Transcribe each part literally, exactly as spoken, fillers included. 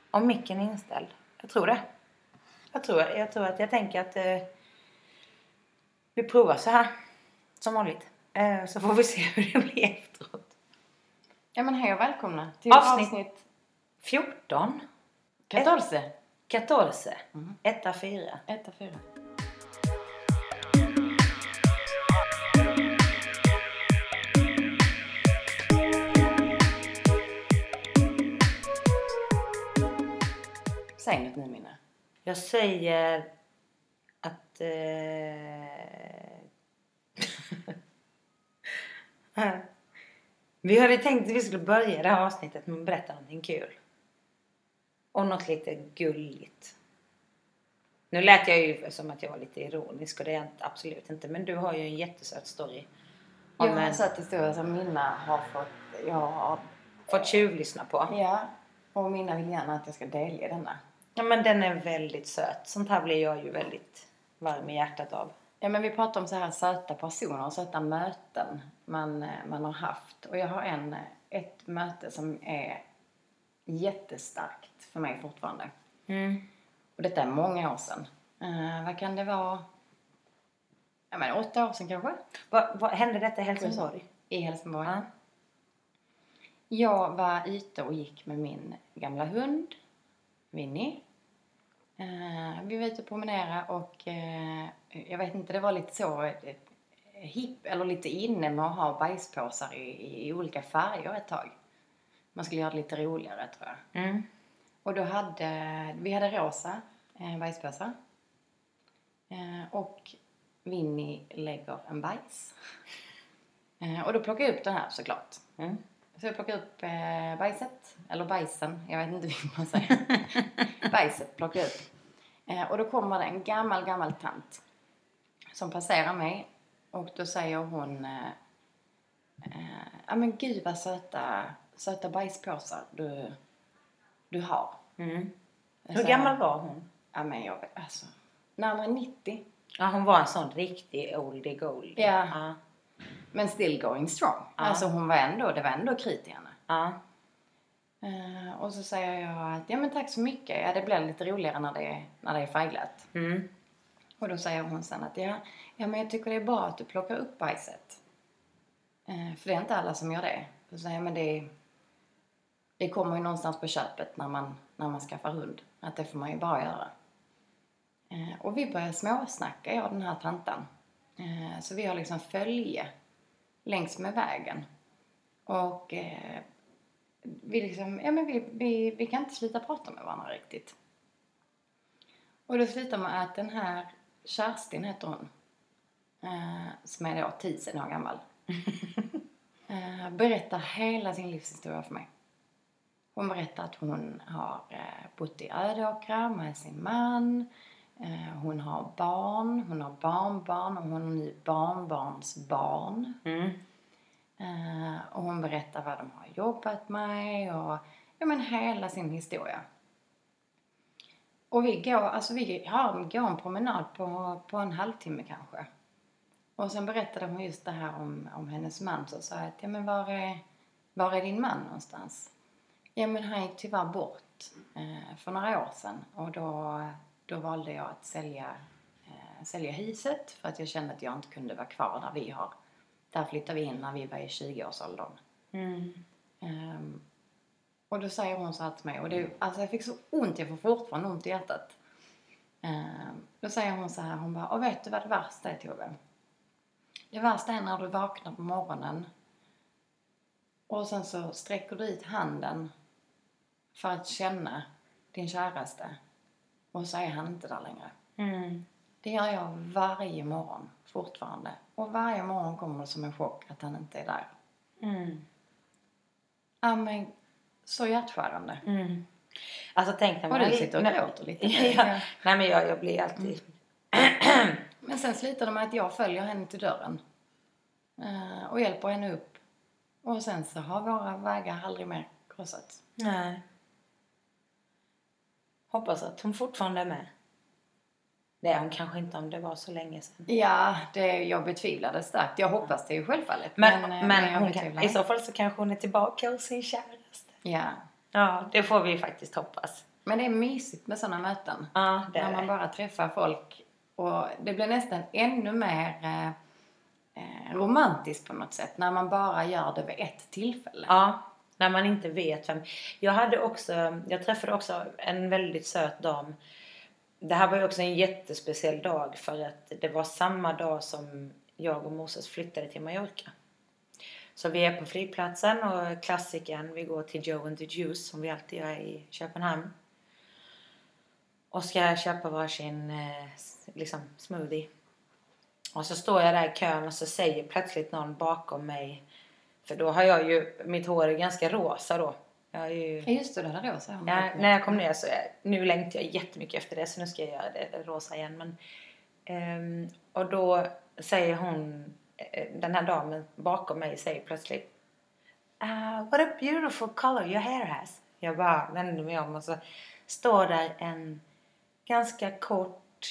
Om micken är inställd. Jag tror det. Jag tror, jag tror att jag tänker att eh, vi provar så här. Som vanligt. Eh, så får vi se hur det blir efteråt. Ja, men hej och välkomna till avsnitt, avsnitt fjorton. Katolse. Katolse. Mm. Etta fyra. Etta fyra. Säg något nu, Minna. Jag säger att... Eh... vi hade tänkt att vi skulle börja det här avsnittet med att berätta någonting kul. Och något lite gulligt. Nu lät jag ju som att jag var lite ironisk och det är jag absolut inte. Men du har ju en jättesöt story. Jag har en söt historia som Minna har fått... Jag har fått tjuvlyssna på. Ja, och Minna vill gärna att jag ska delge denna. Ja, men den är väldigt söt. Sånt här blir jag ju väldigt varm i hjärtat av. Ja, men vi pratar om så här söta personer och söta möten man, man har haft. Och jag har en, ett möte som är jättestarkt för mig fortfarande. Mm. Och detta är många år sedan. Uh, vad kan det vara? Ja, men åtta år sedan kanske. Vad, vad hände detta i Helsingborg? I Helsingborg. Ja. Jag var ute och gick med min gamla hund, Winnie. Uh, vi var ute och promenera och uh, jag vet inte, det var lite så uh, hip eller lite inne med att ha bajspåsar i, i, i olika färger ett tag. Man skulle göra det lite roligare, tror jag. Mm. Och då hade vi hade rosa uh, bajspåsar. Uh, och Winnie lägger en bajs. Uh, och då plockar jag upp den här såklart. Mm. Så jag plockar upp eh, bajset. Eller bajsen. Jag vet inte hur man säger. Bajset plockar upp. Eh, och då kommer det en gammal, gammal tant. Som passerar mig. Och då säger hon. Ja eh, eh, men gud vad söta, söta bajspåsar du, du har. Mm. Hur Så, gammal var hon? Ja men jag vet. Alltså. Närmare nittio. Ja, hon var en sån riktig oldie goldie. Ja. Ja. Men still going strong. Ja. Alltså hon var ändå, det var ändå krit i henne. Ja. Uh, och så säger jag att, ja men tack så mycket. Ja, det blir lite roligare när det är, när det är färgglatt. Mm. Och då säger hon sen att, ja, ja men jag tycker det är bra att du plockar upp bajset. Uh, för det är inte alla som gör det. Så säger jag, men det, det kommer ju någonstans på köpet när man, när man skaffar hund. Att det får man ju bara göra. Uh, och vi börjar småsnacka, jag och den här tantan. Uh, så vi har liksom följe längs med vägen. Och eh, vi liksom, ja men vi, vi, vi kan inte sluta prata med varandra riktigt. Och då slutar med att den här Kerstin heter hon. Eh, som är då tio år gammal. eh, berättar hela sin livshistoria för mig. Hon berättar att hon har eh, bott i Ödåkra med sin man. Eh, hon har barn, hon har barnbarn och hon har nu barnbarnsbarn. Mm. Uh, och hon berättar vad de har jobbat med och ja men hela sin historia. Och vi går, alltså vi har, går en promenad på, på en halvtimme kanske. Och sen berättade hon just det här om, om hennes man. Så sa jag att, ja men var är, var är din man någonstans? Ja men han gick tyvärr bort uh, för några år sedan. Och då, då valde jag att sälja, uh, sälja huset för att jag kände att jag inte kunde vara kvar där vi har. Där flyttade vi in när vi var i tjugoårsåldern. Mm. Um, och då säger hon så här till mig. Och det, alltså jag fick så ont, jag får fortfarande ont i hjärtat. Um, då säger hon så här. Hon bara, och vet du vad det värsta är, Tove? Det värsta är när du vaknar på morgonen. Och sen så sträcker du ut handen. För att känna din käraste. Och så är han inte där längre. Mm. Det gör jag varje morgon fortfarande. Och varje morgon kommer det som en chock att han inte är där. Mm. Ja men, så hjärtskärande. Mm. Alltså tänk när Och man... du sitter och nej, gråter lite. ja, nej men jag, jag blir alltid... Mm. Men sen slutar det med att jag följer henne till dörren. Uh, och hjälper henne upp. Och sen så har våra vägar aldrig mer krossats. Nej. Hoppas att hon fortfarande är med. Det är hon kanske inte om det var så länge sedan. Ja, det, jag betvivlade starkt. Jag hoppas det ju självfallet. Men, men, men, men jag hon kan, i så fall så kanske hon är tillbaka hos sin käraste. Ja. Ja, det får vi faktiskt hoppas. Men det är mysigt med sådana möten. Ja, det är när man det. bara träffar folk. Och det blir nästan ännu mer eh, eh, romantiskt på något sätt. När man bara gör det vid ett tillfälle. Ja, när man inte vet vem. Jag hade också, jag träffade också en väldigt söt dam. Det här var ju också en jättespeciell dag för att det var samma dag som jag och Moses flyttade till Mallorca. Så vi är på flygplatsen och klassikern, vi går till Joe and the Juice som vi alltid gör i Köpenhamn. Och ska köpa varsin eh, liksom smoothie. Och så står jag där i kön och så säger plötsligt någon bakom mig. För då har jag ju, mitt hår är ganska rosa då. Jag är ju, Ja just det, det där rosa. ja, när jag kom ner så, nu längtar jag jättemycket efter det så nu ska jag göra det, det rosa igen. Men, um, och då säger hon, den här damen bakom mig säger plötsligt uh, what a beautiful color your hair has. Jag bara vänder mig om och så står där en ganska kort,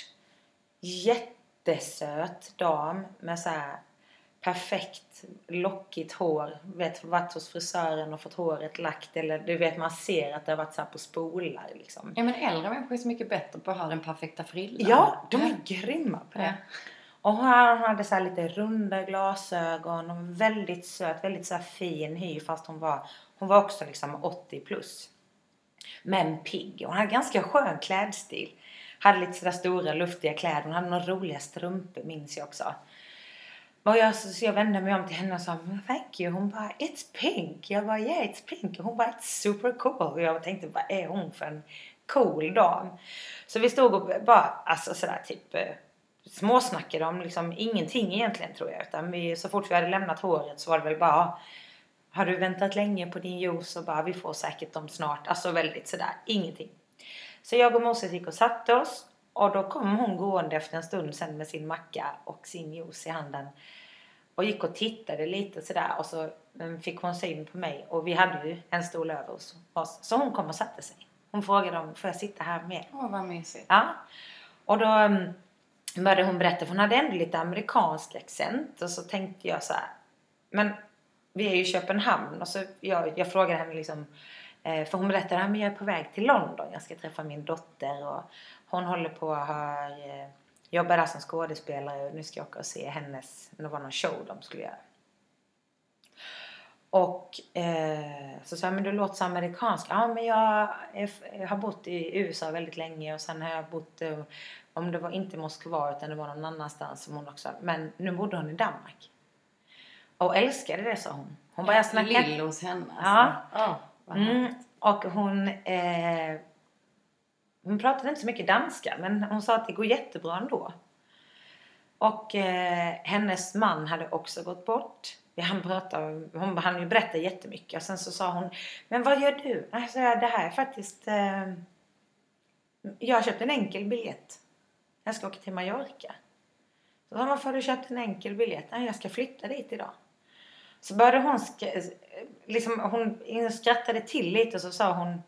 jättesöt dam med så här perfekt lockigt hår. Vet, varit hos frisören och fått håret lagt. Eller du vet, man ser att det har varit så här på spolar liksom. Ja, men äldre människor är så mycket bättre på att ha den perfekta frillan. Ja, de är grymma på det. Ja. Och hon hade så här lite runda glasögon och väldigt söt, väldigt så här fin hy. Fast hon var, hon var också liksom åttio plus. Men pigg. Hon hade ganska skön klädstil. Hade lite sådär stora luftiga kläder. Hon hade några roliga strumpor, minns jag också. Och jag, så jag vände mig om till henne och sa thank you. Hon bara it's pink. Jag bara yeah it's pink. Och hon bara it's super cool. Och jag tänkte vad är hon för en cool dam. Så vi stod och bara alltså sådär typ småsnackade om liksom ingenting egentligen tror jag. Utan vi, så fort vi hade lämnat håret så var det väl bara har du väntat länge på din juice och bara vi får säkert dem snart. Alltså väldigt sådär ingenting. Så jag och Moses gick och satte oss. Och då kom hon gående efter en stund sen med sin macka och sin juice i handen. Och gick och tittade lite sådär. Och så fick hon syn på mig. Och vi hade ju en stol över oss. Så hon kom och satte sig. Hon frågade om får jag sitta här med? Åh, oh, vad mysigt. Ja. Och då började hon berätta. För hon hade ändå lite amerikansk accent. Och så tänkte jag så här. Men vi är ju i Köpenhamn. Och så jag, jag frågade henne liksom. För hon berättade att jag är på väg till London. Jag ska träffa min dotter. Och hon håller på att ha, jobbar där som skådespelare. Och nu ska jag åka och se hennes. Det var någon show de skulle göra. Och eh, så sa jag, men du låter så amerikansk. Ja, men jag, är, jag har bott i U S A väldigt länge. Och sen har jag bott, eh, om det var inte Moskva utan det var någon annanstans som hon också. Men nu bodde hon i Danmark. Och älskade det, sa hon. Hon bara, jag snackar. Lill hos henne. Alltså. Ja. Oh, mm, och hon, eh, hon pratade inte så mycket danska. Men hon sa att det går jättebra ändå. Och eh, hennes man hade också gått bort. Han pratade, hon hann ju berätta jättemycket. Och sen så sa hon, men vad gör du? Alltså, det här är faktiskt, eh, jag har köpt en enkel biljett. Jag ska åka till Mallorca. Så sa, varför har du köpt en enkel biljett? Nej, jag ska flytta dit idag. Så började hon, liksom, hon skrattade till lite och så sa hon,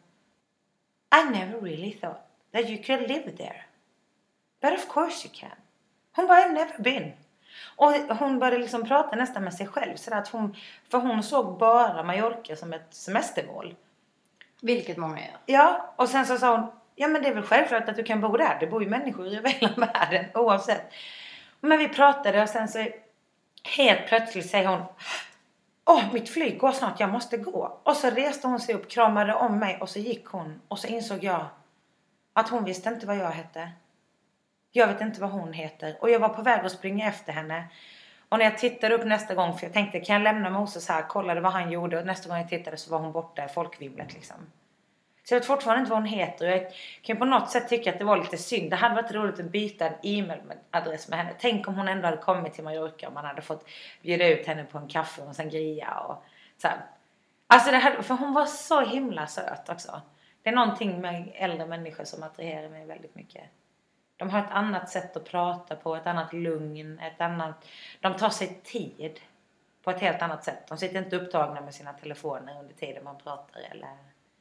I never really thought that you could live there. But of course you can. Hon bara, I've never been. Och hon började liksom prata nästan med sig själv. Så att hon, för hon såg bara Mallorca som ett semestermål. Vilket många gör. Ja, och sen så sa hon, ja men det är väl självklart att du kan bo där. Det bor ju människor i hela världen oavsett. Men vi pratade och sen så helt plötsligt säger hon, åh mitt flyg går snart, jag måste gå. Och så reste hon sig upp, kramade om mig och så gick hon. Och så insåg jag att hon visste inte vad jag hette. Jag vet inte vad hon heter. Och jag var på väg att springa efter henne. Och när jag tittade upp nästa gång, för jag tänkte, kan jag lämna Moses här? Kollade vad han gjorde. Och nästa gång jag tittade så var hon borta i folkvimlet liksom. Så jag vet fortfarande inte vad hon heter. Och jag kan på något sätt tycka att det var lite synd. Det hade varit roligt att byta en e-mailadress med henne. Tänk om hon ändå hade kommit till Mallorca. Och man hade fått bjuda ut henne på en kaffe och en sangria. Och så här. Alltså det hade, för hon var så himla söt också. Det är någonting med äldre människor som attraherar mig väldigt mycket. De har ett annat sätt att prata på, ett annat lugn, ett annat... De tar sig tid på ett helt annat sätt. De sitter inte upptagna med sina telefoner under tiden man pratar, eller...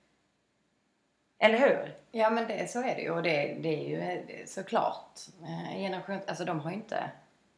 Eller hur? Ja, men det, så är det ju. Och det, det är ju såklart. Generation, alltså de har ju inte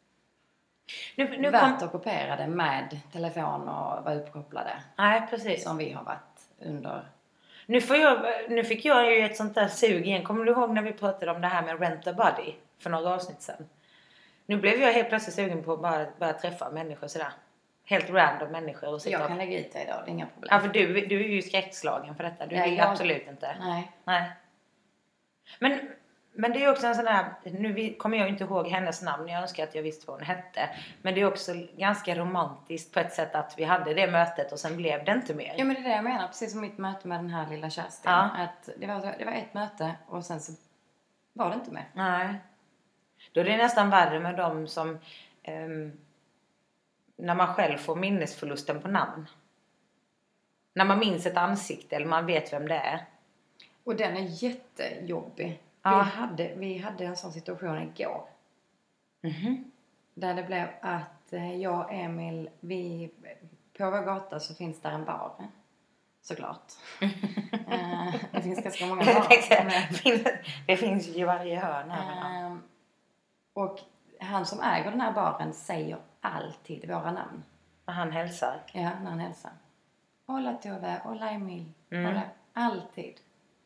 nu, nu varit kom... ockuperade med telefon och var uppkopplade. Nej, precis. Som vi har varit under... Nu, får jag, nu fick jag ju ett sånt där sug igen. Kommer du ihåg när vi pratade om det här med rent a body för några avsnitt sedan? Nu blev jag helt plötsligt sugen på att bara börja träffa människor sådär. Helt random människor. Och sitta Jag och... kan lägga ut dig idag, det är inga problem. Ja, för du, du är ju skräckslagen för detta. Du Nej, vill jag... absolut inte. Nej. Nej. Men, men det är också en sån här... Nu kommer jag inte ihåg hennes namn. Jag önskar att jag visste vad hon hette. Men det är också ganska romantiskt på ett sätt att vi hade det mötet och sen blev det inte mer. Ja, men det är det jag menar. Precis som mitt möte med den här lilla Kerstin. Ja. Att det var, det var ett möte och sen så var det inte mer. Nej. Då är det nästan värre med dem som... Um, när man själv får minnesförlusten på namn. När man minns ett ansikte eller man vet vem det är. Och den är jättejobbig. Ja. Vi, hade, vi hade en sån situation igår. Mm-hmm. Där det blev att jag och Emil, vi, på vår gata så finns där en bar. Såklart. uh, det finns ganska många barer. Det finns ju i varje hörn här. Uh, och han som äger den här baren säger alltid våra namn. Och han hälsar. Ja, när han hälsar. Hola Tove, hola Emil. Mm. Hola. Alltid.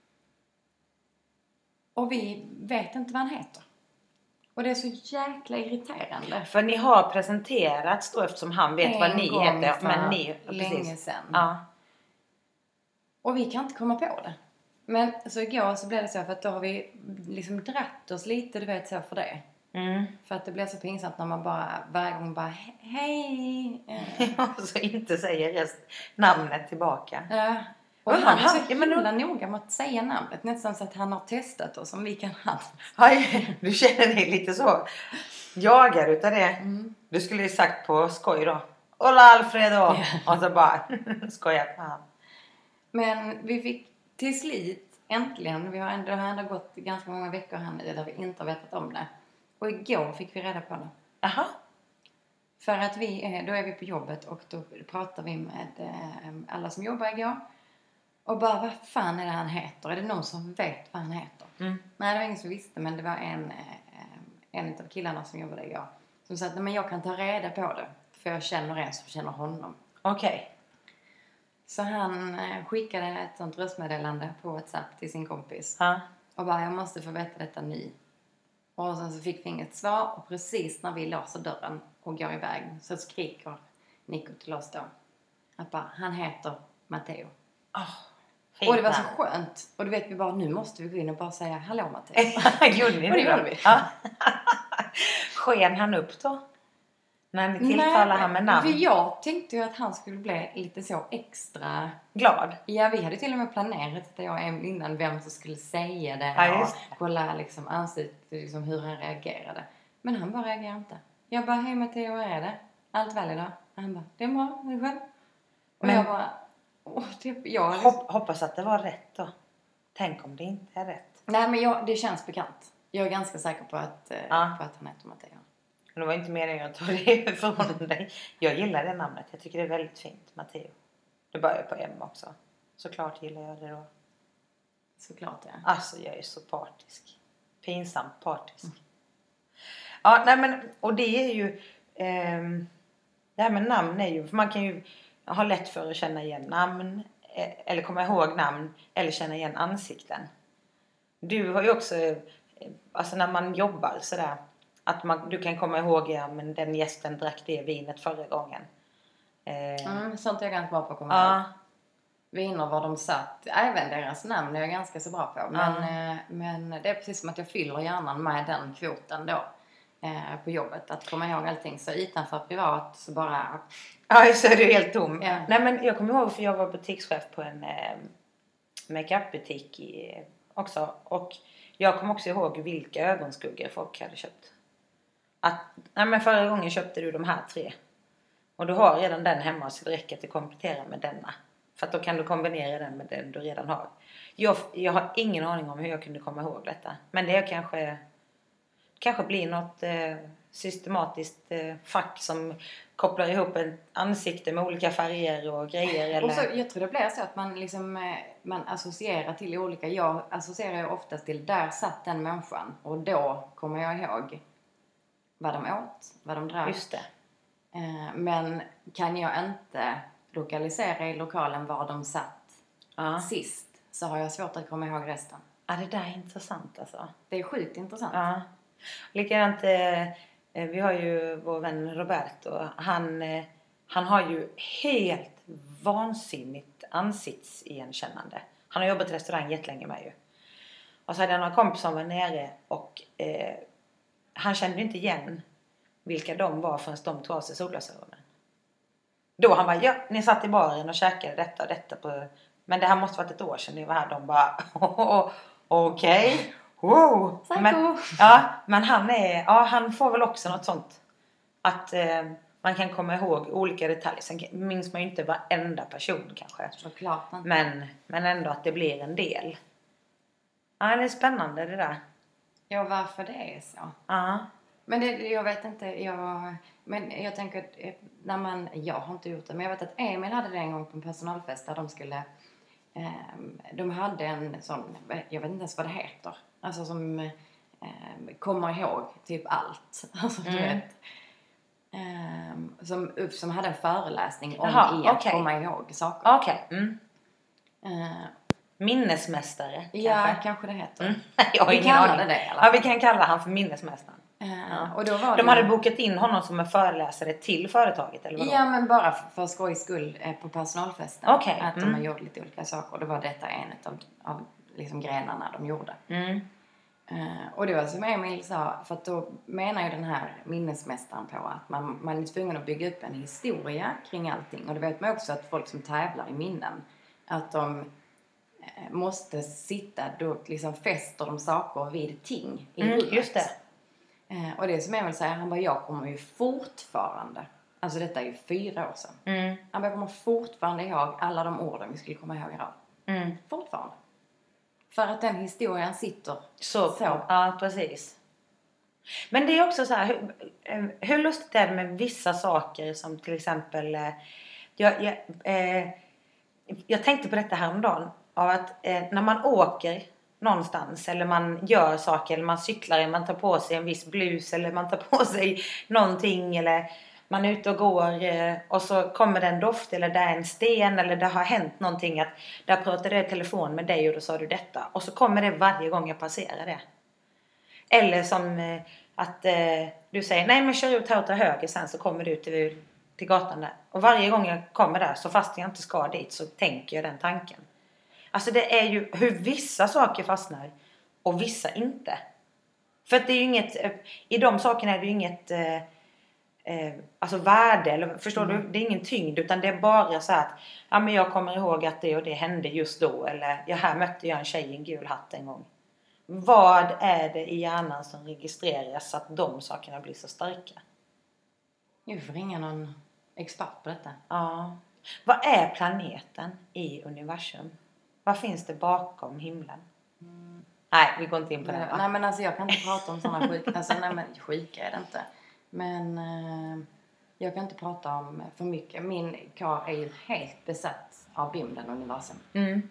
Och vi vet inte vad han heter. Och det är så jäkla irriterande. För ni har presenterats då eftersom han vet en vad ni gång heter. för Men ni, länge precis. sedan. Ja. Och vi kan inte komma på det. Men så igår så blev det så för att då har vi liksom dratt oss lite, du vet så för det. Mm. För att det blir så pinsamt när man bara varje gång bara hej. Och så inte säger rest namnet tillbaka. Ja. Och Men han är han- så ja, men himla noga med att säga namnet. Nästan så att han har testat oss om vi kan hans. Aj, du känner dig lite så jagad utav det. Mm. Du skulle ju sagt på skoj då. Hola Alfredo. Ja. Och så bara skojar på han. Men vi fick till slut äntligen, vi har ändå, det har ändå gått ganska många veckor här nu där vi inte har vetat om det. Och igår fick vi reda på det. Jaha. För att vi är, då är vi på jobbet och då pratar vi med eh, alla som jobbar igår. Och bara, vad fan är det han heter? Är det någon som vet vad han heter? Mm. Nej, det var ingen som visste, men det var en, eh, en av killarna som jobbade igår. Som sa att, nej, men jag kan ta reda på det. För jag känner en som känner honom. Okej. Så han eh, skickade ett sånt röstmeddelande på WhatsApp till sin kompis. Ja. Och bara, jag måste få veta detta nu. Och sen så fick vi inget svar. Och precis när vi låser dörren och går iväg så skriker Nico till oss då. Att bara, han heter Matteo. Oh, Och det var så skönt. Och du vet vi bara, nu måste vi gå in och bara säga, hallå Matteo. Gjorde ni Och det det? gjorde vi. Ja. Sken han upp då? När ni tilltalade han med namn? för jag tänkte ju att han skulle bli lite så extra... Glad? Ja, vi hade till och med planerat att jag och Emil innan vem som skulle säga det. Ja, just och kolla liksom ansiktet, liksom hur han reagerade. Men han bara reagerade inte. Jag bara, hej Matteo, hur är det? Allt väl idag? Och han bara, det är bra, det är själv. Och Men- jag bara, åh, typ, jag hade... Hopp, hoppas att det var rätt då. Tänk om det inte är rätt. Nej, men jag, det känns bekant. Jag är ganska säker på att, eh, Ja. på att han heter Matteo. Men det var inte meningen att ta det ifrån dig. Jag gillar det namnet. Jag tycker det är väldigt fint. Matteo. Det börjar på M också. Såklart gillar jag det då. Såklart, ja. Alltså jag är så partisk. Pinsamt partisk. Mm. Ja, nej men. Och det är ju. ehm, det här med namn är ju. För man kan ju ha lätt för att känna igen namn. eh, Eller komma ihåg namn. Eller känna igen ansikten. Du har ju också. eh, Alltså när man jobbar sådär. Att man, du kan komma ihåg, ja men den gästen drack det vinet förra gången. Eh, Mm, sånt är jag ganska bra på att komma ja. ihåg. Viner var de satt. Även deras namn är jag ganska så bra på. Men, Ja. eh, men det är precis som att jag fyller hjärnan med den kvoten då. Eh, på jobbet. Att komma ihåg allting. Så utanför privat så bara... Ja, så är du helt tom. Ja. Nej men jag kommer ihåg för jag var butikschef på en eh, makeupbutik i, också. Och jag kommer också ihåg vilka ögonskuggor folk hade köpt. Att, nej men förra gången köpte du de här tre. Och du har redan den hemma så det räcker att du kompletterar med denna. För att då kan du kombinera den med den du redan har. Jag, jag har ingen aning om hur jag kunde komma ihåg detta. Men det är kanske, kanske blir något eh, systematiskt eh, fack som kopplar ihop ett ansikte med olika färger och grejer. Eller... Och så, jag tror det blir så att man liksom eh, man associerar till olika. Jag associerar ju oftast till där satt den människan. Och då kommer jag ihåg vad de åt, vad de drack. Just det. Eh, men kan jag inte lokalisera i lokalen var de satt Ja. sist så har jag svårt att komma ihåg resten. Ja, det där är intressant alltså. Det är sjukt intressant. Ja. Likadant, eh, vi har ju vår vän Roberto. Han, eh, han har ju helt vansinnigt ansiktsigenkännande. Han har jobbat i restaurang jättelänge med ju. Och så hade jag några kompisar som var nere och eh, han kände inte igen vilka de var förrän de tog av sig solglasögonen. Då han bara, ja, ni satt i baren och käkade detta och detta på... Men det här måste varit ett år sedan ni var här. De bara, okej, okay. Wow. Men, ja, men han är, ja, han får väl också något sånt. Att eh, man kan komma ihåg olika detaljer. Sen minns man ju inte varenda person kanske. Såklart. Men, men ändå att det blir en del. Ja, det är spännande det där. Ja, varför det är så. Ja. Men det, jag vet inte, jag, men jag tänker att när man, jag har inte gjort det, men jag vet att Emil hade det en gång på en personalfest där de skulle, eh, de hade en sån, jag vet inte ens vad det heter, alltså som eh, kommer ihåg typ allt, alltså du Mm. vet, eh, som, som hade en föreläsning om Jaha, i att okej. komma ihåg saker. Okej. Okay. Mm. Eh, Minnesmästare kanske. ja, kanske det heter. Mm. Jag har Vi ingen kallar aning. det det i alla Ja, fall. vi kan kalla han för minnesmästaren. Uh, och då var De det, hade bokat in honom som en föreläsare till företaget, eller vadå? ja, men bara för, för skojs skull eh, på personalfesten. Okej, Att mm. de gjorde lite olika saker. Och då var detta en av, av liksom grenarna de gjorde. Mm. Uh, och det var som Emil sa, för att då menar ju den här minnesmästaren på att man, man är tvungen att bygga upp en historia kring allting. Och det vet man också att folk som tävlar i minnen, att de eh, måste sitta, då liksom fäster de saker vid ting i Mm, huvudet. just det. Eh, och det som Emil säger, han bara, jag kommer ju fortfarande, alltså detta är ju fyra år sedan. Mm. Han bara, jag kommer fortfarande ihåg alla de orden vi skulle komma ihåg i rad. Mm. Fortfarande. För att den historien sitter Så, så. ja, precis. Men det är också så här, hur, hur lustigt är det med vissa saker som till exempel, eh, jag, jag, eh, jag tänkte på detta häromdagen, av att eh, när man åker någonstans eller man gör saker eller man cyklar eller man tar på sig en viss blus eller man tar på sig någonting eller man är ute och går eh, och så kommer det en doft eller det är en sten eller det har hänt någonting att där pratade jag i telefon med dig och då sa du detta och så kommer det varje gång jag passerar det. Eller som eh, att eh, du säger nej men kör ut här och ta höger sen så kommer du ut till, till gatan där. Och varje gång jag kommer där så fast jag inte ska dit så tänker jag den tanken. Alltså det är ju hur vissa saker fastnar och vissa inte. För att det är ju inget, i de sakerna är det ju inget eh, eh, alltså värde, eller förstår mm. du? Det är ingen tyngd utan det är bara så att ja men jag kommer ihåg att det och det hände just då. Eller ja, här mötte jag en tjej i en gul hatt en gång. Vad är det i hjärnan som registreras så att de sakerna blir så starka? Jag får ringa någon expert på detta. Ja. Vad är planeten i universum? Vad finns det bakom himlen? Mm. Nej, vi går inte in på det. Va? Nej, men alltså jag kan inte prata om sådana sjuka. Alltså, nej, men sjuka är det inte. Men eh, jag kan inte prata om för mycket. Min karl är ju helt besatt av rymden och universum. Mm.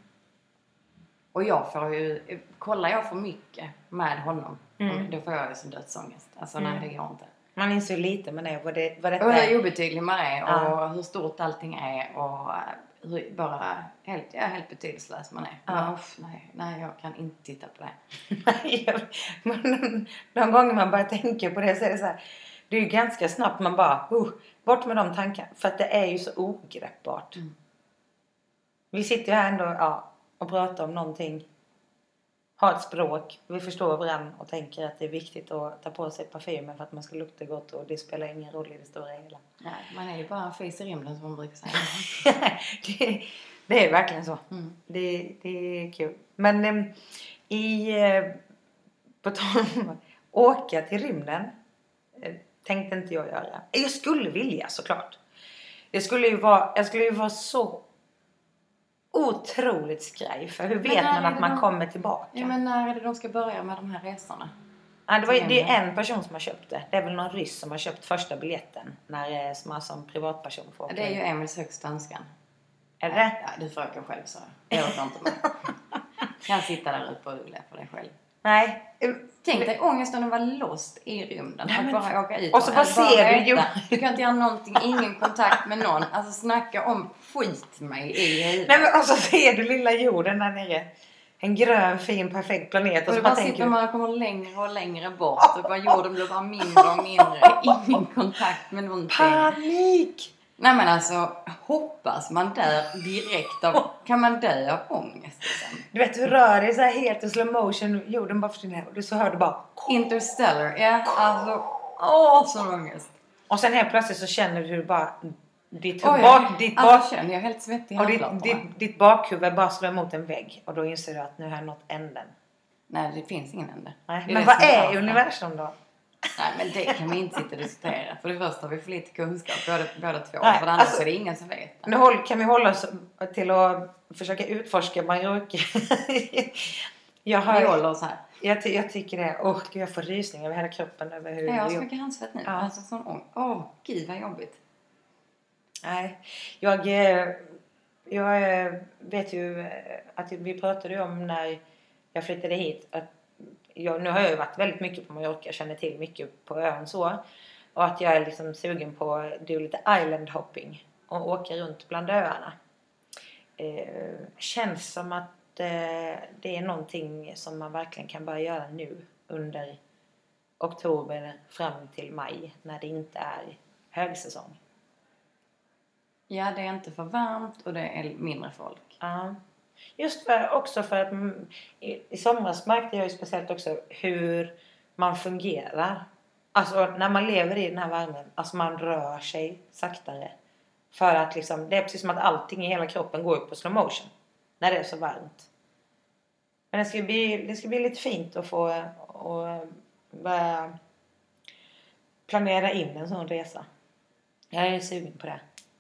Och jag får ju, kollar jag för mycket med honom, mm. då får jag ju som dödsångest. Alltså mm. nej, det går inte. Man inser lite med det, vad det, vad detta och hur är. obetydlig man är ja. och hur stort allting är och hur bara helt, ja, helt betydelselös man är. Ja. Men, uff, nej, nej, jag kan inte titta på det. Men de gånger man bara tänker på det så är det så här, det är ju ganska snabbt man bara, uh, bort med de tankarna. För att det är ju så ogreppbart. Mm. Vi sitter ju här ändå ja, och pratar om någonting. Har ett språk. Vi förstår varandra och tänker att det är viktigt att ta på sig parfymen för att man ska lukta gott. Och det spelar ingen roll i det stora hela. Nej, man är ju bara en fis i rymden som man brukar säga. det, det är verkligen så. Mm. Det, det är kul. Men äm, i, äh, på tal om åka till rymden äh, tänkte inte jag göra. Jag skulle vilja såklart. Det skulle ju vara, jag skulle ju vara så otroligt skraj. För hur vet man att man de, kommer tillbaka? Ja, men när är det de ska börja med de här resorna? Ja, det, var, det är en person som har köpt det. Det är väl någon ryss som har köpt första biljetten. När som man som privatperson får. Det är ju Emils högsta önskan. Är det? Ja, du fröken själv så. Jag vet inte med. Kan sitta där uppe och rula för dig själv. Nej. Tänk dig ångesten att vara lost i rymden. Nej, att men... bara åka ut och så bara ser du ju. Du kan inte göra någonting, ingen kontakt med någon. Alltså snacka om skit mig i huvudet. Nej, men och så ser du lilla jorden där nere. En grön, fin, perfekt planet. Och, och så bara, bara tänker sitter du... man och kommer längre och längre bort. Och bara jorden blir bara mindre och mindre. Ingen kontakt med någonting. Panik! Nej men alltså, hoppas man dör direkt av... Kan man dö av ångest liksom? Du vet, du rör dig så här helt i slow motion. Jorden bara försvinner. Och du så hör du bara... Interstellar, ja. Alltså, åh, så ångest. Och sen helt plötsligt så känner du hur du bara... Ditt, oh, bak, jag, ditt, alltså, bak, känner jag helt svettig och ditt, ditt, ditt bakhuvud bara slår emot en vägg. Och då inser du att nu har jag nått änden. Nej, det finns ingen ände. Nej, men vad är universum då? Nej, men det kan vi inte sitta och diskutera. För det första har vi för lite kunskap, båda, båda två. Nej, för det andra alltså, så är det ingen som vet. Nu håll, kan vi hålla oss till att försöka utforska Mallorca. jag, har, vi håller oss här. Jag, jag tycker det. Åh, gud, jag får rysning över hela kroppen. Över hur jag har så jag... mycket handsvett nu. Ja. Alltså sån ång. Åh, gud vad jobbigt. Nej, jag, jag vet ju att vi pratade om när jag flyttade hit att jag, nu har jag ju varit väldigt mycket på Mallorca, jag känner till mycket på ön så, och att jag är liksom sugen på att do lite island hopping och åka runt bland öarna. Eh, känns som att eh, det är någonting som man verkligen kan börja göra nu under oktober fram till maj när det inte är högsäsong. Ja, det är inte för varmt och det är mindre folk. Ja. Just för, också för att mm, i, i somras märkte jag ju speciellt också hur man fungerar. Alltså när man lever i den här värmen, alltså man rör sig saktare. För att liksom, det är precis som att allting i hela kroppen går upp på slow motion när det är så varmt. Men det ska bli, det ska bli lite fint att få och börja planera in en sån resa. Jag är sugen på det.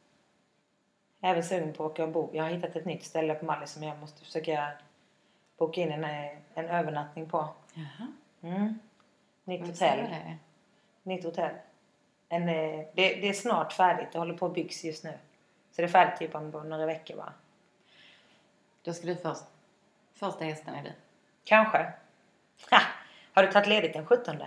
Jag är även sugen på att åka och bo. Jag har hittat ett nytt ställe på Mallis som jag måste försöka boka in en, en övernattning på. Jaha. Mm. Nytt Vad hotell. säger det? Nytt hotell. En, det, det är snart färdigt. Det håller på att byggs just nu. Så det är färdigt typ om några veckor va? Då ska du först. Första gästen är du. Kanske. Ha! Har du tagit ledigt den sjuttonde?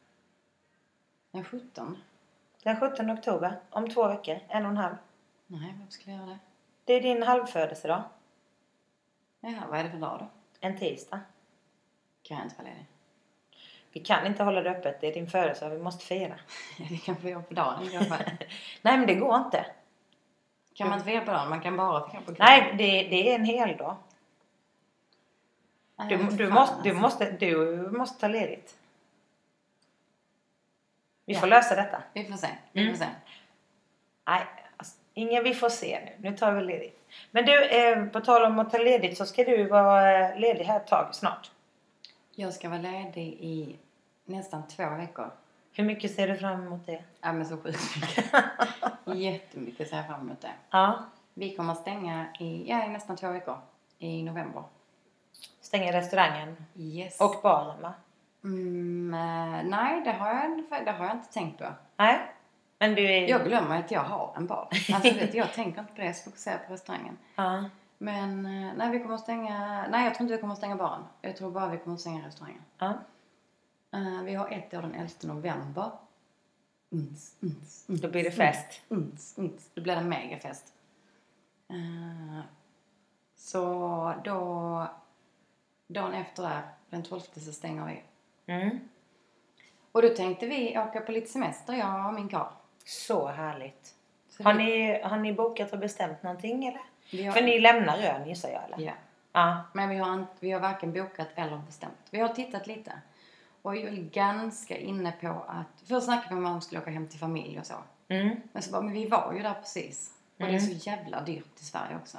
Den sjuttonde? Den sjuttonde oktober. Om två veckor. En och en halv. Nej, varför skulle jag göra det? Det är din halvfödelsedag. Jaha, vad är det för dag då? En tisdag. Kan jag inte vara ledig? Vi kan inte hålla det öppet. Det är din födelsedag. Vi måste fira. Ja, det kan vi göra på dagen i alla fall. Nej, men det går inte. Kan man inte fira på dagen? Man kan bara fira på kvällen. Nej, det, det är en hel dag. Du, Nej, du, fan, måste, alltså. du, måste, du måste ta ledigt. Vi Ja. får lösa detta. Vi får se. Vi får Mm. se. Nej, alltså, ingen vi får se nu. Nu tar vi ledigt. Men du, eh, på tal om att ta ledigt så ska du vara ledig här ett tag snart. Jag ska vara ledig i nästan två veckor. Hur mycket ser du fram emot det? Ja, men så sjukt mycket. Jättemycket ser jag fram emot det. Ja. Vi kommer stänga i, ja, i nästan två veckor. I november. Stänger restaurangen Yes. och baren va? Mm, eh, nej, det har, jag, det har jag inte tänkt på. Nej. Men du är... Jag glömmer att jag har en bar. Alltså vet, jag tänker inte på det. Jag fokuserar på restaurangen. Ja. Men eh, nej, vi kommer att stänga... Nej, jag tror inte vi kommer att stänga baren. Jag tror bara vi kommer att stänga restaurangen. Ja. Uh, vi har ett år den elfte november. Uns, uns, uns, Då blir det fest. Uns, uns. Då blir det en megafest. Uh, så då... Dagen efter där, den tolfte, så stänger vi. Mm. Och då tänkte vi åka på lite semester, jag och min karl. Så härligt. Så Har vi, ni, har ni bokat och bestämt någonting eller? vi har, För ni lämnar ön gissar jag eller? Ja. Ja. Men vi har, inte, vi har varken bokat eller bestämt. Vi har tittat lite. Och jag är ganska inne på att... Först snackade vi om att man skulle åka hem till familj och så. Mm. Men så bara, men vi var ju där precis. Och Mm. det är så jävla dyrt i Sverige också.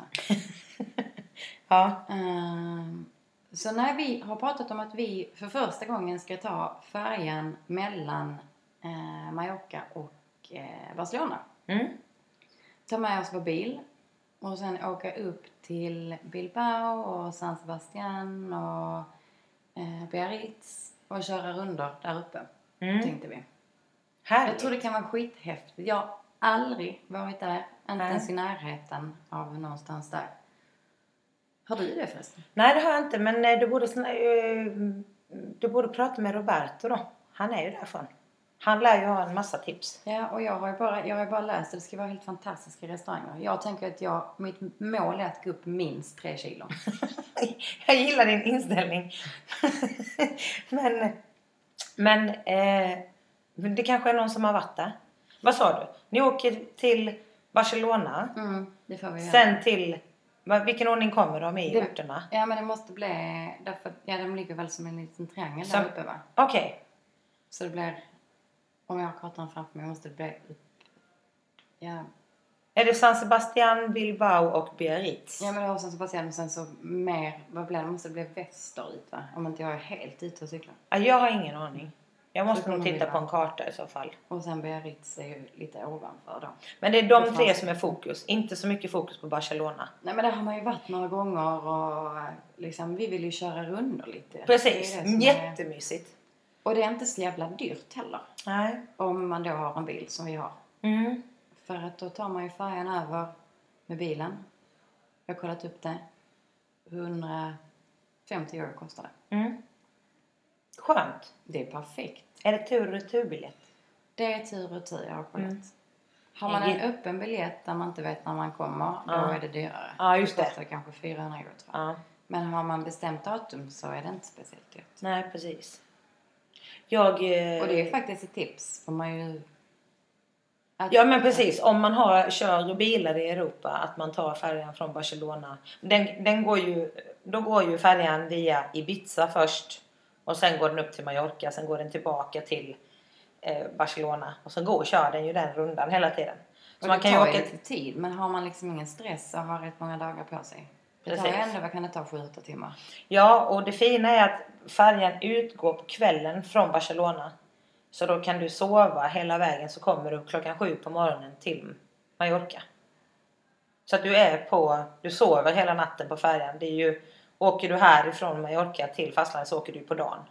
Ja. Um, så när vi har pratat om att vi för första gången ska ta färjan mellan eh, Mallorca och eh, Barcelona. Mm. Ta med oss vår bil. Och sen åka upp till Bilbao och San Sebastian och eh, Biarritz. Och köra rundor där uppe. Mm. Tänkte vi. Härligt. Jag tror det kan vara skithäftigt. Jag har aldrig varit där. Inte Nej. ens i närheten av någonstans där. Har du det förresten? Nej det har jag inte men eh, du borde såna, uh, du borde prata med Roberto då. Han är ju därifrån. Han lär ju ha en massa tips. Ja, och jag har ju bara, jag har ju bara läst att det ska vara helt fantastiska restauranger. Jag tänker att jag, mitt mål är att gå upp minst tre kilo. Jag gillar din inställning. men men eh, det kanske är någon som har varit där. Vad sa du? Ni åker till Barcelona. Mm, det får vi göra. Sen till... Vilken ordning kommer de i det, orterna? Ja, men det måste bli... Därför, ja, de ligger väl som en liten triangel som, där uppe, va? Okej. Okay. Så det blir... Om jag har kartan framför mig måste det bli upp... Ja. Är det San Sebastian, Bilbao och Biarritz? Ja, men det har San Sebastian och sen så mer... Vad blir det? Måste det bli västerut, va? Om inte jag är helt ute och cyklar. Ja, jag har ingen aning. Jag måste nog titta på en karta i så fall. Och sen Biarritz är ju lite ovanför då. Men det är de tre som är fokus. Inte så mycket fokus på Barcelona. Nej, men där har man ju varit några gånger och liksom, vi vill ju köra runder lite. Precis, jättemysigt. Är... Och det är inte så jävla dyrt heller. Nej. Om man då har en bil som vi har. Mm. För att då tar man ju färjan över med bilen. Jag har kollat upp det. hundrafemtio euro kostar det. Mm. Skönt. Det är perfekt. Är det tur och returbiljett? Det är tur och retur, jag har kollat. Mm. Har man en öppen biljett där man inte vet när man kommer, ja. då är det dyrare. Ja, just det. Det kostar kanske fyrahundra euro, tror jag. Ja. Men har man bestämt datum så är det inte speciellt dyrt. Nej, precis. Jag... Eh... Och det är faktiskt ett tips. Får man ju... Att... Ja, men precis. Om man har, kör bilar i Europa, att man tar färjan från Barcelona. Den, den går ju, då går ju färjan via Ibiza först. Och sen går den upp till Mallorca. Sen går den tillbaka till eh, Barcelona. Och så går och kör den ju den rundan hela tiden. Så och man det kan tar ju åka lite tid. Men har man liksom ingen stress och har rätt många dagar på sig. Det precis. tar ju ändå, vad kan det ta, sju åtta timmar? Ja, och det fina är att färjan utgår på kvällen från Barcelona. Så då kan du sova hela vägen, så kommer du klockan sju på morgonen till Mallorca. Så att du är på, du sover hela natten på färjan. Det är ju, åker du härifrån Mallorca till fastlandet så åker du på dagen.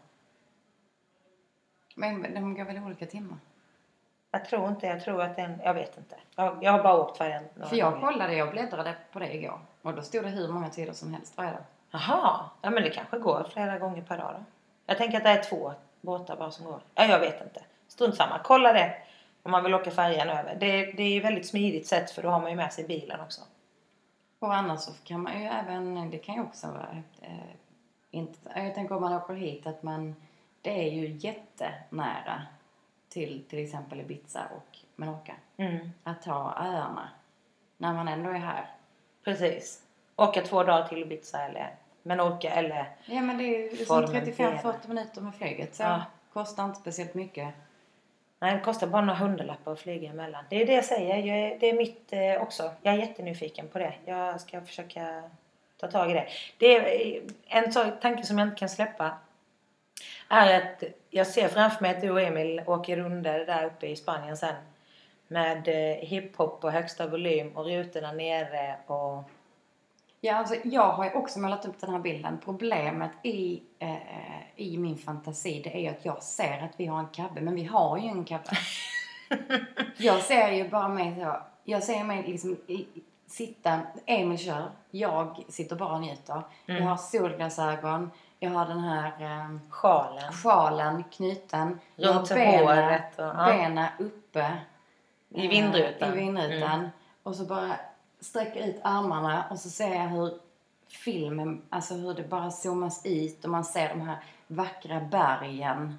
Men de går väl olika timmar? Jag tror inte, jag tror att den, jag vet inte. Jag, jag har bara åkt färjan. För jag kollade, jag bläddrade på det igår. Och då stod det hur många tider som helst varje dag. Jaha, ja men det kanske går flera gånger per dag då. Jag tänker att det är två båtar bara som går. Ja, jag vet inte. Strunt samma. Kolla det om man vill åka färjan över. Det, det är ju väldigt smidigt sätt, för då har man ju med sig bilen också. Och annars så kan man ju även, det kan ju också vara, eh, inte, jag tänker om man åker hit att man, det är ju jättenära till till exempel Ibiza och Menorca. Mm. Att ta öarna när man ändå är här. Precis. Åka två dagar till Ibiza eller Menorca eller... Ja, men det är ju som trettiofem till fyrtio minuter med flyget. Så ja. Kostar inte speciellt mycket. Nej, det kostar bara några hundralappar att flyga emellan. Det är det jag säger. Jag är, det är mitt eh, också. Jag är jättenyfiken på det. Jag ska försöka ta tag i det. Det är en så, tanke som jag inte kan släppa. Är att jag ser framför mig att du och Emil åker runder där uppe i Spanien sen. Med eh, hiphop på högsta volym och rutorna nere och... Ja, alltså jag har ju också målat upp den här bilden. Problemet i, eh, i min fantasi, det är ju att jag ser att vi har en kabbe, men vi har ju en kabbe. Jag ser ju bara mig så, jag ser mig liksom i, sitta, Emil kör, jag sitter bara och njuter. Mm. Jag har solglasögon, jag har den här eh, sjalen. sjalen knuten. Runt benen, håret. Och, ja. Benen uppe. I vindrutan. I vindrutan. Mm. Och så bara... sträcker ut armarna och så ser jag hur filmen, alltså hur det bara zoomas ut och man ser de här vackra bergen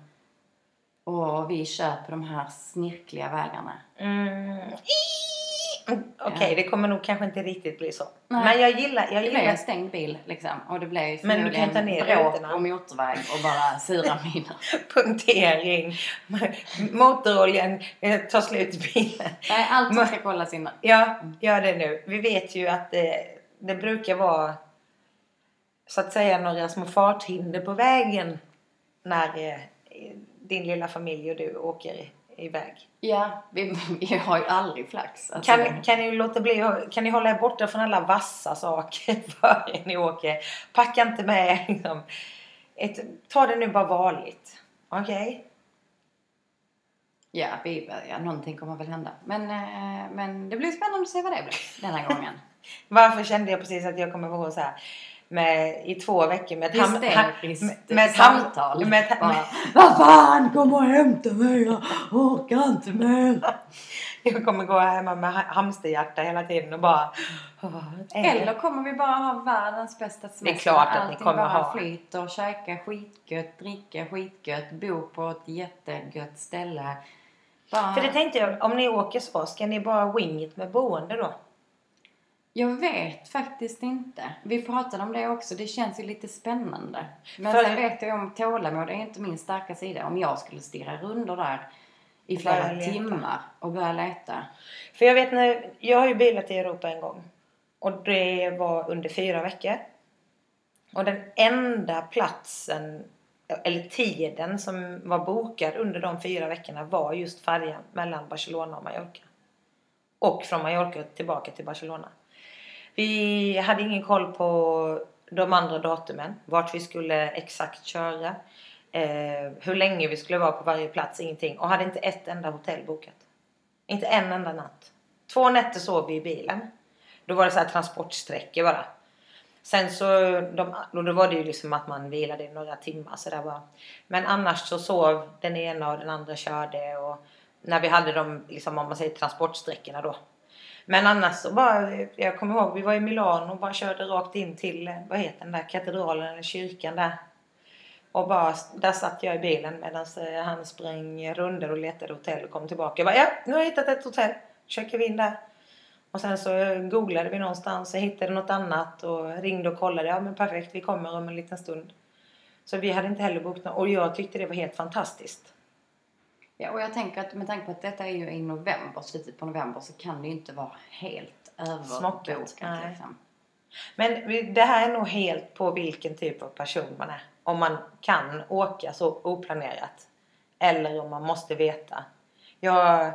och vi kör på de här snirkliga vägarna. Mm. Okej, okay, ja. Det kommer nog kanske inte riktigt bli så. Nej. Men jag gillar... Jag det gillar... blir en stängd bil liksom. Och det blir ju men du kan ta ner bråk rutorna och motorväg och bara sura mina. Punktering. Motoroljan tar slut i bilen. Nej, allt ska kollas innan. Ja, gör det nu. Vi vet ju att det, det brukar vara så att säga några små farthinder på vägen när eh, din lilla familj och du åker iväg. Ja, vi, vi har ju aldrig flax. Alltså. Kan, kan ni låta bli, kan ni hålla er borta från alla vassa saker före ni åker? Packa inte med liksom. Ett, ta det nu bara vanligt. Okej? Okay? Ja, vi, ja, någonting kommer väl hända. Men, eh, men det blir spännande att se vad det blir denna gången. Varför kände jag precis att jag kommer ihåg så här. med, i två veckor med ett ham, hysteriskt med, med ett samtal. Med, med, Bara, med, vad fan, kom och hämta mig, jag orkar inte mer. Jag kommer gå hemma med hamsterhjärta hela tiden och bara... Eller kommer vi bara ha världens bästa semester? Det är klart att allting ni kommer bara ha. flyter, käka skitgött, dricka skitgött, bo på ett jättegött ställe. Bara... För det tänkte jag, om ni åker så, ska ni bara wing it med boende då? Jag vet faktiskt inte. Vi pratade om det också. Det känns ju lite spännande. Men För... sen vet jag om tålamod är inte min starka sida. Om jag skulle stirra runder där i flera timmar och börja leta. För jag vet när, jag har ju bilat i Europa en gång. Och det var under fyra veckor. Och den enda platsen, eller tiden som var bokad under de fyra veckorna var just färjan mellan Barcelona och Mallorca. Och från Mallorca tillbaka till Barcelona. Vi hade ingen koll på de andra datumen. Vart vi skulle exakt köra. Eh, hur länge vi skulle vara på varje plats. Ingenting. Och hade inte ett enda hotell bokat. Inte en enda natt. Två nätter sov vi i bilen. Då var det så här transportsträckor bara. Sen så, de, då var det ju liksom att man vilade i några timmar så där bara. Men annars så sov den ena och den andra körde. Och när vi hade de, liksom om man säger transportsträckorna då. Men annars så bara, jag kommer ihåg, vi var i Milano och bara körde rakt in till, vad heter den där, katedralen eller kyrkan där. Och bara, där satt jag i bilen medan han sprang runder och letade hotell och kom tillbaka. Jag bara, ja, nu har jag hittat ett hotell. Köker vi in där. Och sen så googlade vi någonstans och hittade något annat och ringde och kollade. Ja men perfekt, vi kommer om en liten stund. Så vi hade inte heller bokat något. Och jag tyckte det var helt fantastiskt. Ja, och jag tänker att med tanke på att detta är ju i november, slutet på november, så kan det ju inte vara helt överbokat. Liksom. Men det här är nog helt på vilken typ av person man är. Om man kan åka så oplanerat. Eller om man måste veta. Jag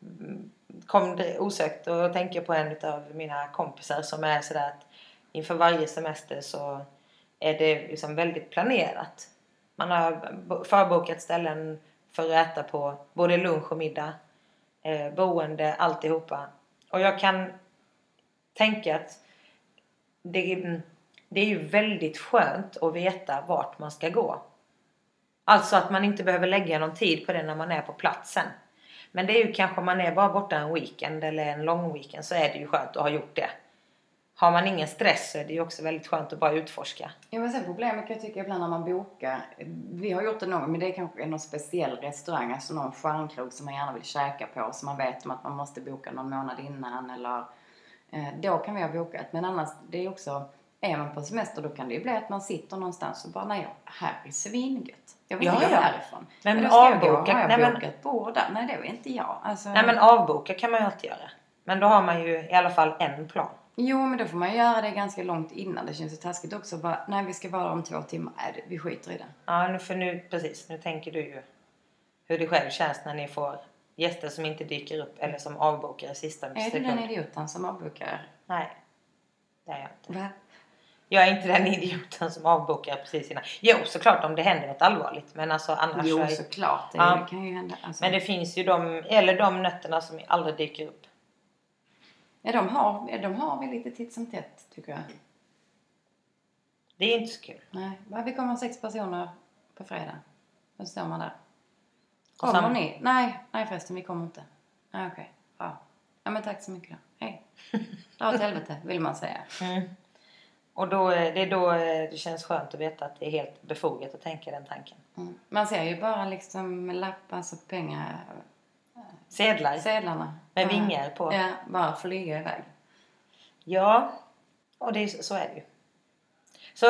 kom osökt och tänker på en av mina kompisar som är sådär att inför varje semester så är det liksom väldigt planerat. Man har förbokat ställen för att äta på både lunch och middag, eh, boende, alltihopa. Och jag kan tänka att det, det är ju väldigt skönt att veta vart man ska gå. Alltså att man inte behöver lägga någon tid på det när man är på platsen. Men det är ju kanske om man är bara borta en weekend eller en lång weekend så är det ju skönt att ha gjort det. Har man ingen stress så är det ju också väldigt skönt att bara utforska. Ja, men sen problemet kan jag tycka ibland när man bokar. Vi har gjort det någon, men det är kanske någon speciell restaurang, alltså någon stjärnkrog som man gärna vill käka på. Så man vet om att man måste boka någon månad innan eller eh, då kan vi ha bokat. Men annars, det är också, är man på semester då kan det ju bli att man sitter någonstans och bara, nej, här är svingött. Jag vill ja, inte gå ja. härifrån. Men, men men då ska avboka, jag gå, har jag nej, bokat men, bord där? Nej, det vet inte jag. Alltså, nej men avboka kan man ju alltid göra. Men då har man ju i alla fall en plan. Jo, men då får man göra det ganska långt innan. Det känns ju taskigt också. Bara, nej, vi ska vara om två timmar. Nej, vi skiter i det. Ja, för nu, precis. Nu tänker du ju hur det själv känns när ni får gäster som inte dyker upp eller som avbokar i sista sekund. Är du den idioten som avbokar? Nej, det är jag inte. Va? Jag är inte den idioten som avbokar precis innan. Jo, såklart om det händer något allvarligt. Men alltså annars... Jo, är... såklart. Det ja. kan ju hända. Alltså. Men det finns ju de, eller de nötterna som aldrig dyker upp. Ja, de har, de har vi lite titt som tätt, tycker jag. Det är inte så kul. Nej, vi kommer ha sex personer på fredag. Då står man där. Och Kommer sam- ni? Nej, nej förresten, vi kommer inte. Nej, okej. Okay. Ja. Ja, men tack så mycket då. Hej. Dra åt helvete, vill man säga. Mm. Och då, det är då det känns skönt att veta att det är helt befogat att tänka den tanken. Mm. Man ser ju bara liksom lappar, alltså pengar... Sedlar. Sedlarna. Med ja. vingar på. Ja, bara flyga iväg. Ja, och det är, så är det ju. Så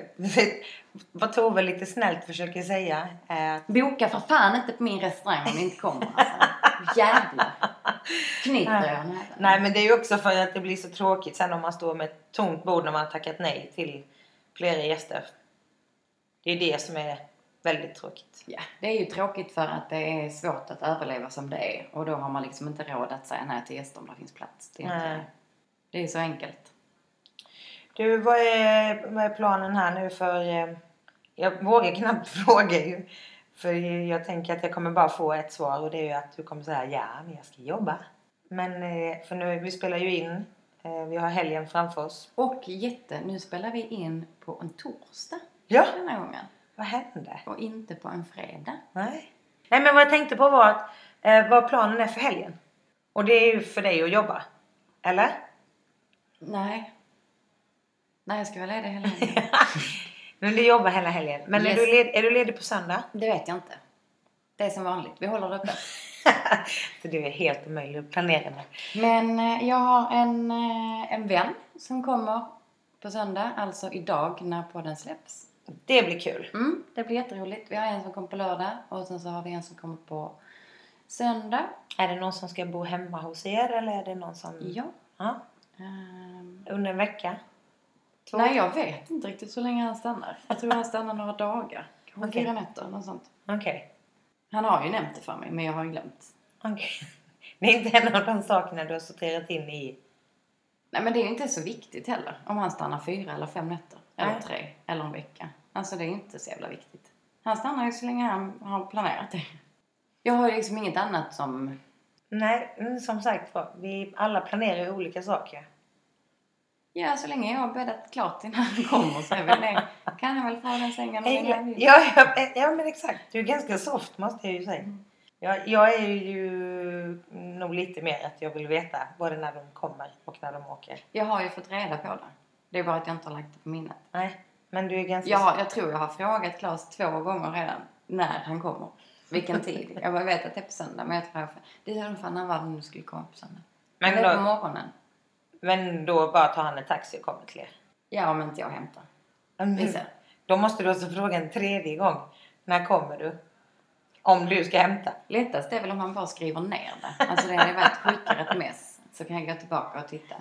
vad Tove lite snällt försöker säga är att... Boka för fan inte på min restaurang om ni inte kommer. Alltså. Jävlar. Knyter jag näven. Nej, men det är ju också för att det blir så tråkigt sen om man står med ett tomt bord när man har tackat nej till flera gäster. Det är det som är väldigt tråkigt. Ja, det är ju tråkigt för att det är svårt att överleva som det är. Och då har man liksom inte råd att säga nej till gäster om det finns plats. Det är, inte, det är så enkelt. Du, vad är, vad är planen här nu för... Jag vågar knappt fråga ju. För jag tänker att jag kommer bara få ett svar. Och det är ju att du kommer säga ja, men jag ska jobba. Men för nu, vi spelar ju in Eh, vi har helgen framför oss. Och jätte, nu spelar vi in på en torsdag. Ja. Den här gången. Vad hände? Och inte på en fredag. Nej. Nej, men vad jag tänkte på var att eh, vad planen är för helgen. Och det är ju för dig att jobba. Eller? Nej. Nej, jag ska vara ledig hela helgen. Men du jobbar hela helgen. Men Yes. är, du led, är du ledig på söndag? Det vet jag inte. Det är som vanligt. Vi håller det uppe. Så det är helt omöjligt att planera med. Men eh, jag har en, eh, en vän som kommer på söndag. Alltså idag när podden släpps. Det blir kul. Mm, det blir jätteroligt. Vi har en som kommer på lördag. Och sen så har vi en som kommer på söndag. Är det någon som ska bo hemma hos er? Eller är det någon som... Ja. Ja. Um, Under en vecka? Två? nej, jag vet inte riktigt så länge han stannar. Jag tror han stannar några dagar. Kanske Okej. fyra nätter, något sånt. Okej. Okay. Han har ju nämnt det för mig, men jag har ju glömt. Okej. Okay. Det är inte en av de sakerna du har sorterat in i... Nej, men det är ju inte så viktigt heller. Om han stannar fyra eller fem nätter. Eller Nej. tre. Eller en vecka. Alltså det är inte så jävla viktigt. Han stannar ju så länge han har planerat det. Jag har ju liksom inget annat som... Nej, som sagt var. Vi alla planerar ju olika saker. Ja, så länge jag har bäddat klart innan han kommer så är väl det. Kan han väl få den sängen och länge han vill. Ja, ja, ja, men exakt. Du är ganska soft, måste jag ju säga. Mm. Jag, jag är ju nog lite mer att jag vill veta både när de kommer och när de åker. Jag har ju fått reda på det. Det är bara att jag inte har lagt det på minnet. Nej, men du är ganska... Jag, har, jag tror jag har frågat Claes två gånger redan när han kommer. Vilken tid. Jag bara vet att det är på söndag. Men jag tror jag... Det är fan när var det nu skulle komma på söndag. Men Men det är på då, morgonen. men då bara tar han en taxi och kommer till er. Ja, om inte jag hämtar. Vi ser. Då måste du också fråga en tredje gång. När kommer du? Om du ska hämta. Lättast är väl om man bara skriver ner det. Alltså det är väl att skicka ett mess. Så kan jag gå tillbaka och titta.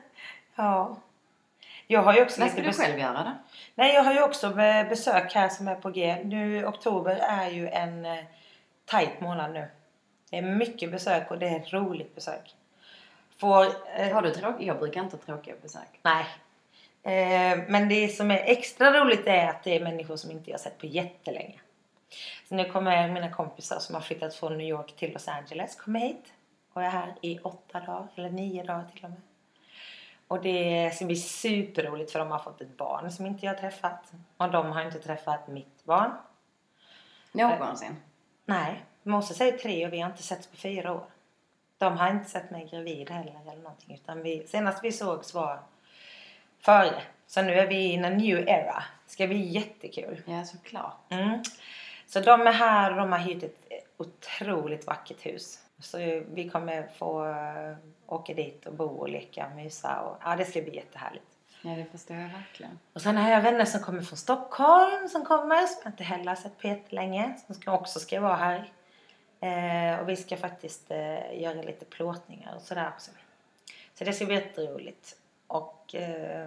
Ja. Jag har ju också Vad lite ska du bes- själv göra då? Nej, jag har ju också be- besök här som är på G. Nu oktober är ju en eh, tajt månad nu. Det är mycket besök och det är ett roligt besök. Får, eh, Har du tråkigt? Jag brukar inte ha tråkiga besök. nej. Eh, men det som är extra roligt är att det är människor som inte jag har sett på jättelänge. Så nu kommer mina kompisar som har flyttat från New York till Los Angeles kommer hit. Och är här i åtta dagar, eller nio dagar till och med. Och det ska bli superroligt för de har fått ett barn som inte jag har träffat. Och de har inte träffat mitt barn. Någonsin? Nej, Moses är tre och vi har inte setts på fyra år. De har inte sett mig gravid heller eller någonting. Utan vi, senast vi sågs var före. Så nu är vi i en new era. Det ska bli jättekul. Ja, såklart. Mm. Så de är här och de har hyrt ett otroligt vackert hus. Så vi kommer få uh, åka dit och bo och leka och mysa. Och, ja, det ska bli jättehärligt. Ja, det förstår jag verkligen. Och sen har jag vänner som kommer från Stockholm som kommer. Som jag inte heller har sett på jättelänge. Som ska också ska vara här. Eh, och vi ska faktiskt eh, göra lite plåtningar och sådär också. Så det ska bli jätteroligt. Och eh,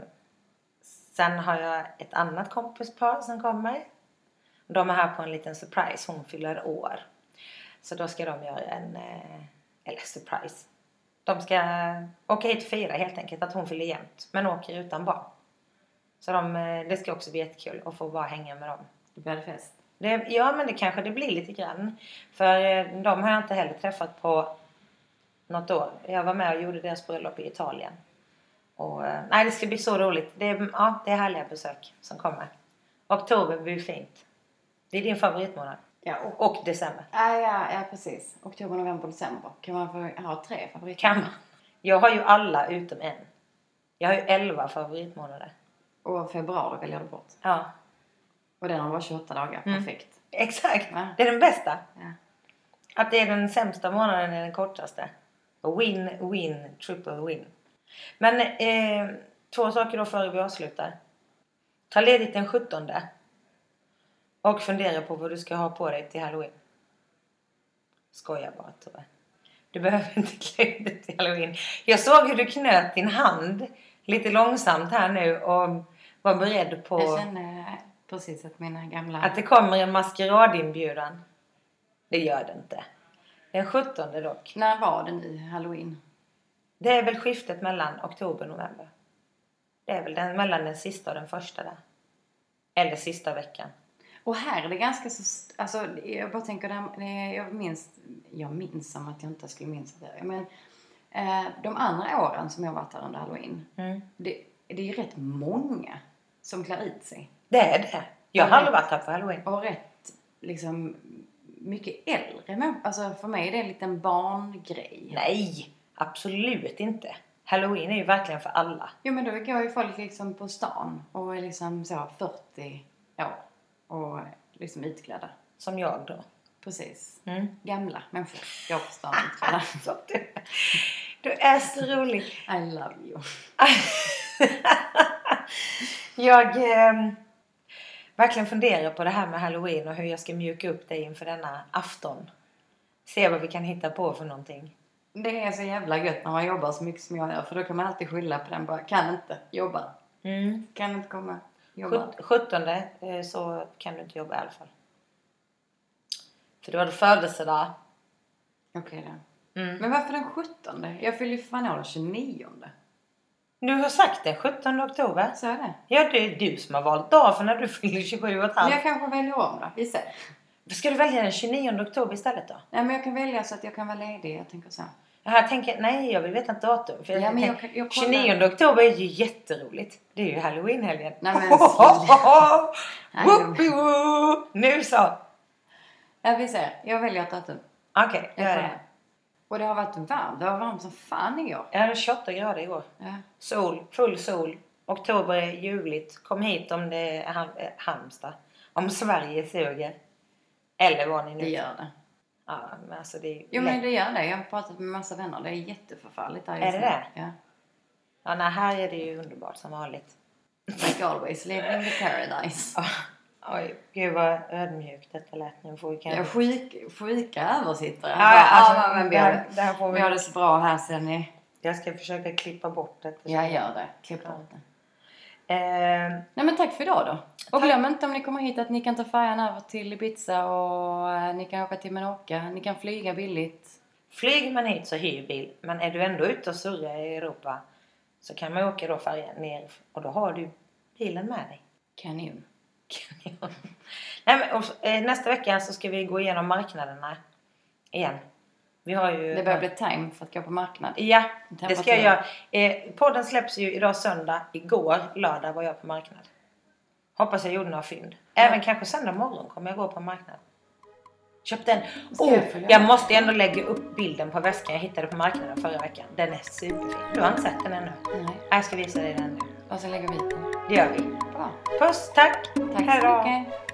sen har jag ett annat kompispar som kommer. De är här på en liten surprise. Hon fyller år. Så då ska de göra en... Eh, eller surprise. De ska åka hit och fira helt enkelt att hon fyller jämt. Men åker utan barn. Så de, eh, det ska också bli jättekul att få bara hänga med dem. Det blir det fest. Det, ja, men det kanske det blir lite grann. För eh, de har jag inte heller träffat på något år. Jag var med och gjorde deras bröllop i Italien. Och eh, nej, det ska bli så roligt. Det är, ja, det är härliga besök som kommer. Oktober blir fint. Det är din favoritmånad. Ja, och, Och december. ja, ja, ja, precis. Oktober, november, december. Kan man få ha tre favoriter? Kan man. Jag har ju alla utom en. Jag har ju elva favoritmånader. Och februari väljer du bort. Ja, Och den har bara tjugoåtta dagar. Mm. Perfekt. exakt. Ja. Det är den bästa. Ja. Att det är den sämsta månaden är den kortaste. Win, win, triple win. Men eh, två saker då före vi avslutar. Ta ledigt den sjuttonde. Och fundera på vad du ska ha på dig till Halloween. Skojar bara, Tove. Du behöver inte klä ut dig till Halloween. Jag såg hur du knöt din hand lite långsamt här nu och var beredd på Jag känner precis att mina gamla... att det kommer en maskeradinbjudan. Det gör det inte. Den sjuttonde dock. När var det nu, Halloween? Det är väl skiftet mellan oktober och november. Det är väl den, mellan den sista och den första där. Eller sista veckan. Och här är det ganska så... st- Alltså, jag bara tänker... Det, det, jag minns... Jag minns som att jag inte skulle minnas det. Men Eh, de andra åren som jag har varit här under Halloween. Mm. Det, det är ju rätt många som klär ut sig. Det är det. Jag har aldrig varit här på Halloween. Och rätt liksom mycket äldre. Men, alltså för mig är det en liten barngrej. Nej, absolut inte. Halloween är ju verkligen för alla. Jo, men då går ju folk liksom på stan och är liksom så fyrtio år och liksom utklädda. Som jag då. Precis. Mm. Gamla människor går på stan utklädda. Så du, du är så rolig. I love you. Jag eh, verkligen funderar på det här med Halloween och hur jag ska mjuka upp dig inför denna afton. Se vad vi kan hitta på för någonting. Det är så jävla gött när man jobbar så mycket som jag gör. För då kan man alltid skylla på den. Bara, kan inte jobba. Mm. Kan inte komma jobba. sjuttonde eh, så kan du inte jobba i alla fall. För det var det födelsedag. Okej okay, då. Mm. Men varför den sjuttonde? Jag fyller ju fan år den tjugonionde. Du har sagt det, sjuttonde oktober. Så är det. Ja, det är du som har valt dag för när du fyller tjugosju och ett halvt. Men jag kanske väljer om då. Vi ser. Ska du välja den tjugonionde oktober istället då? Nej, men jag kan välja så att jag kan vara ledig. Jag tänker så. Jag tänker, nej jag vill veta ett datum. För Ja, jag men tänker, jag, jag kollar. tjugonionde oktober är ju jätteroligt. Det är ju Halloween-helgen. Nej, men Whoopie-woo! Nu så. Ja, vi ser. Jag väljer ett datum. Okej, okay, Jag gör kollar. det. Och det har varit varmt. Det var varmt som fan igår. Jag hade tjugoåtta grader igår. Ja. Sol, full sol. Oktober är ljuvligt. Kom hit om det är Ham- eh, Halmstad. Om Sverige suger. Eller vad ni nu... Det gör det. Ja, men alltså det är ju Jo, lätt. men det gör det. Jag har pratat med massa vänner. Det är jätteförfärligt där Är just det nu. det? Ja. Ja, nej, här är det ju underbart som vanligt. Like always, living the paradise. Oj, gud vad ödmjukt detta lät. Nu får vi kanske... Jag sjuk, sjuka översittare. Ja, ja, alltså, ja, men vi det har, här- det här får vi- vi har det så bra här sen ni. Jag ska försöka klippa bort det. Jag gör det. Klipp bort det. Eh, Nej, men tack för idag då. Och glöm inte om ni kommer hit att ni kan ta färjan över till Ibiza och eh, ni kan åka till Menorca. Ni kan flyga billigt. flyger man hit så hyr bil. Men är du ändå ute och surrar i Europa så kan man åka då färjan ner. Och då har du bilen med dig. Kanon. Nej, men, och, eh, nästa vecka så ska vi gå igenom marknaderna igen. Vi har ju... Det börjar bli time för att gå på marknad. Ja, det ska jag göra. Eh, podden släpps ju idag söndag. Igår, lördag, var jag på marknad. Hoppas jag gjorde några fynd. Även ja. Kanske söndag morgon kommer jag gå på marknad. Köp den. Oh, jag, jag måste ändå lägga upp bilden på väskan jag hittade på marknaden förra veckan. Den är superfin. Du har inte sett den ännu? Nej. Jag ska visa dig den nu. Och så lägger vi den. Det gör vi. Bra. Puss, tack. Tack Hej så då. mycket.